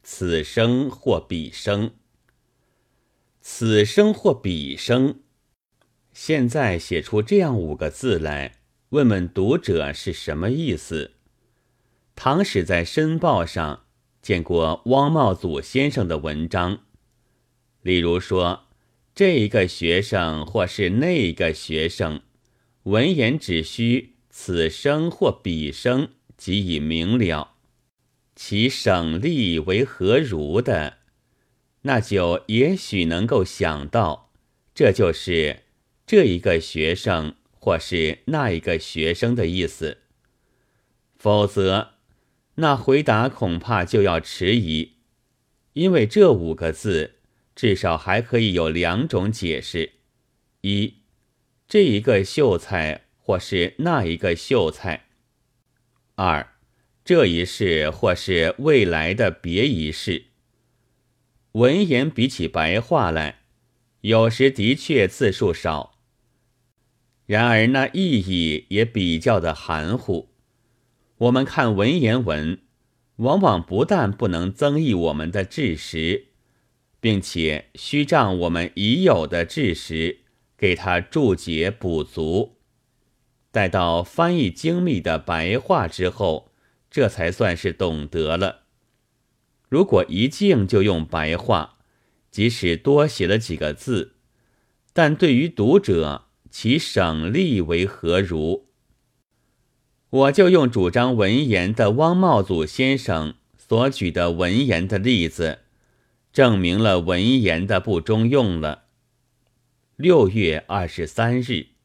此声或彼声。此声或彼声，现在写出这样5个字来，问问读者是什么意思。唐史在申报上见过汪茂祖先生的文章，例如说这一个学生或是那一个学生，文言只需此声或彼声即已明了，其省力为何如的，那就也许能够想到，这就是这一个学生或是那一个学生的意思。否则那回答恐怕就要迟疑，因为这5个字至少还可以有2种解释：一，这一个秀才或是那一个秀才；二，这一事或是未来的别一事。文言比起白话来，有时的确字数少，然而那意义也比较的含糊。我们看文言文，往往不但不能增益我们的知识，并且需仗我们已有的知识给它注解补足。待到翻译精密的白话之后，这才算是懂得了。如果一径就用白话，即使多写了几个字，但对于读者其省力为何如？我就用主张文言的汪茂祖先生所举的文言的例子，证明了文言的不中用了。6月23日。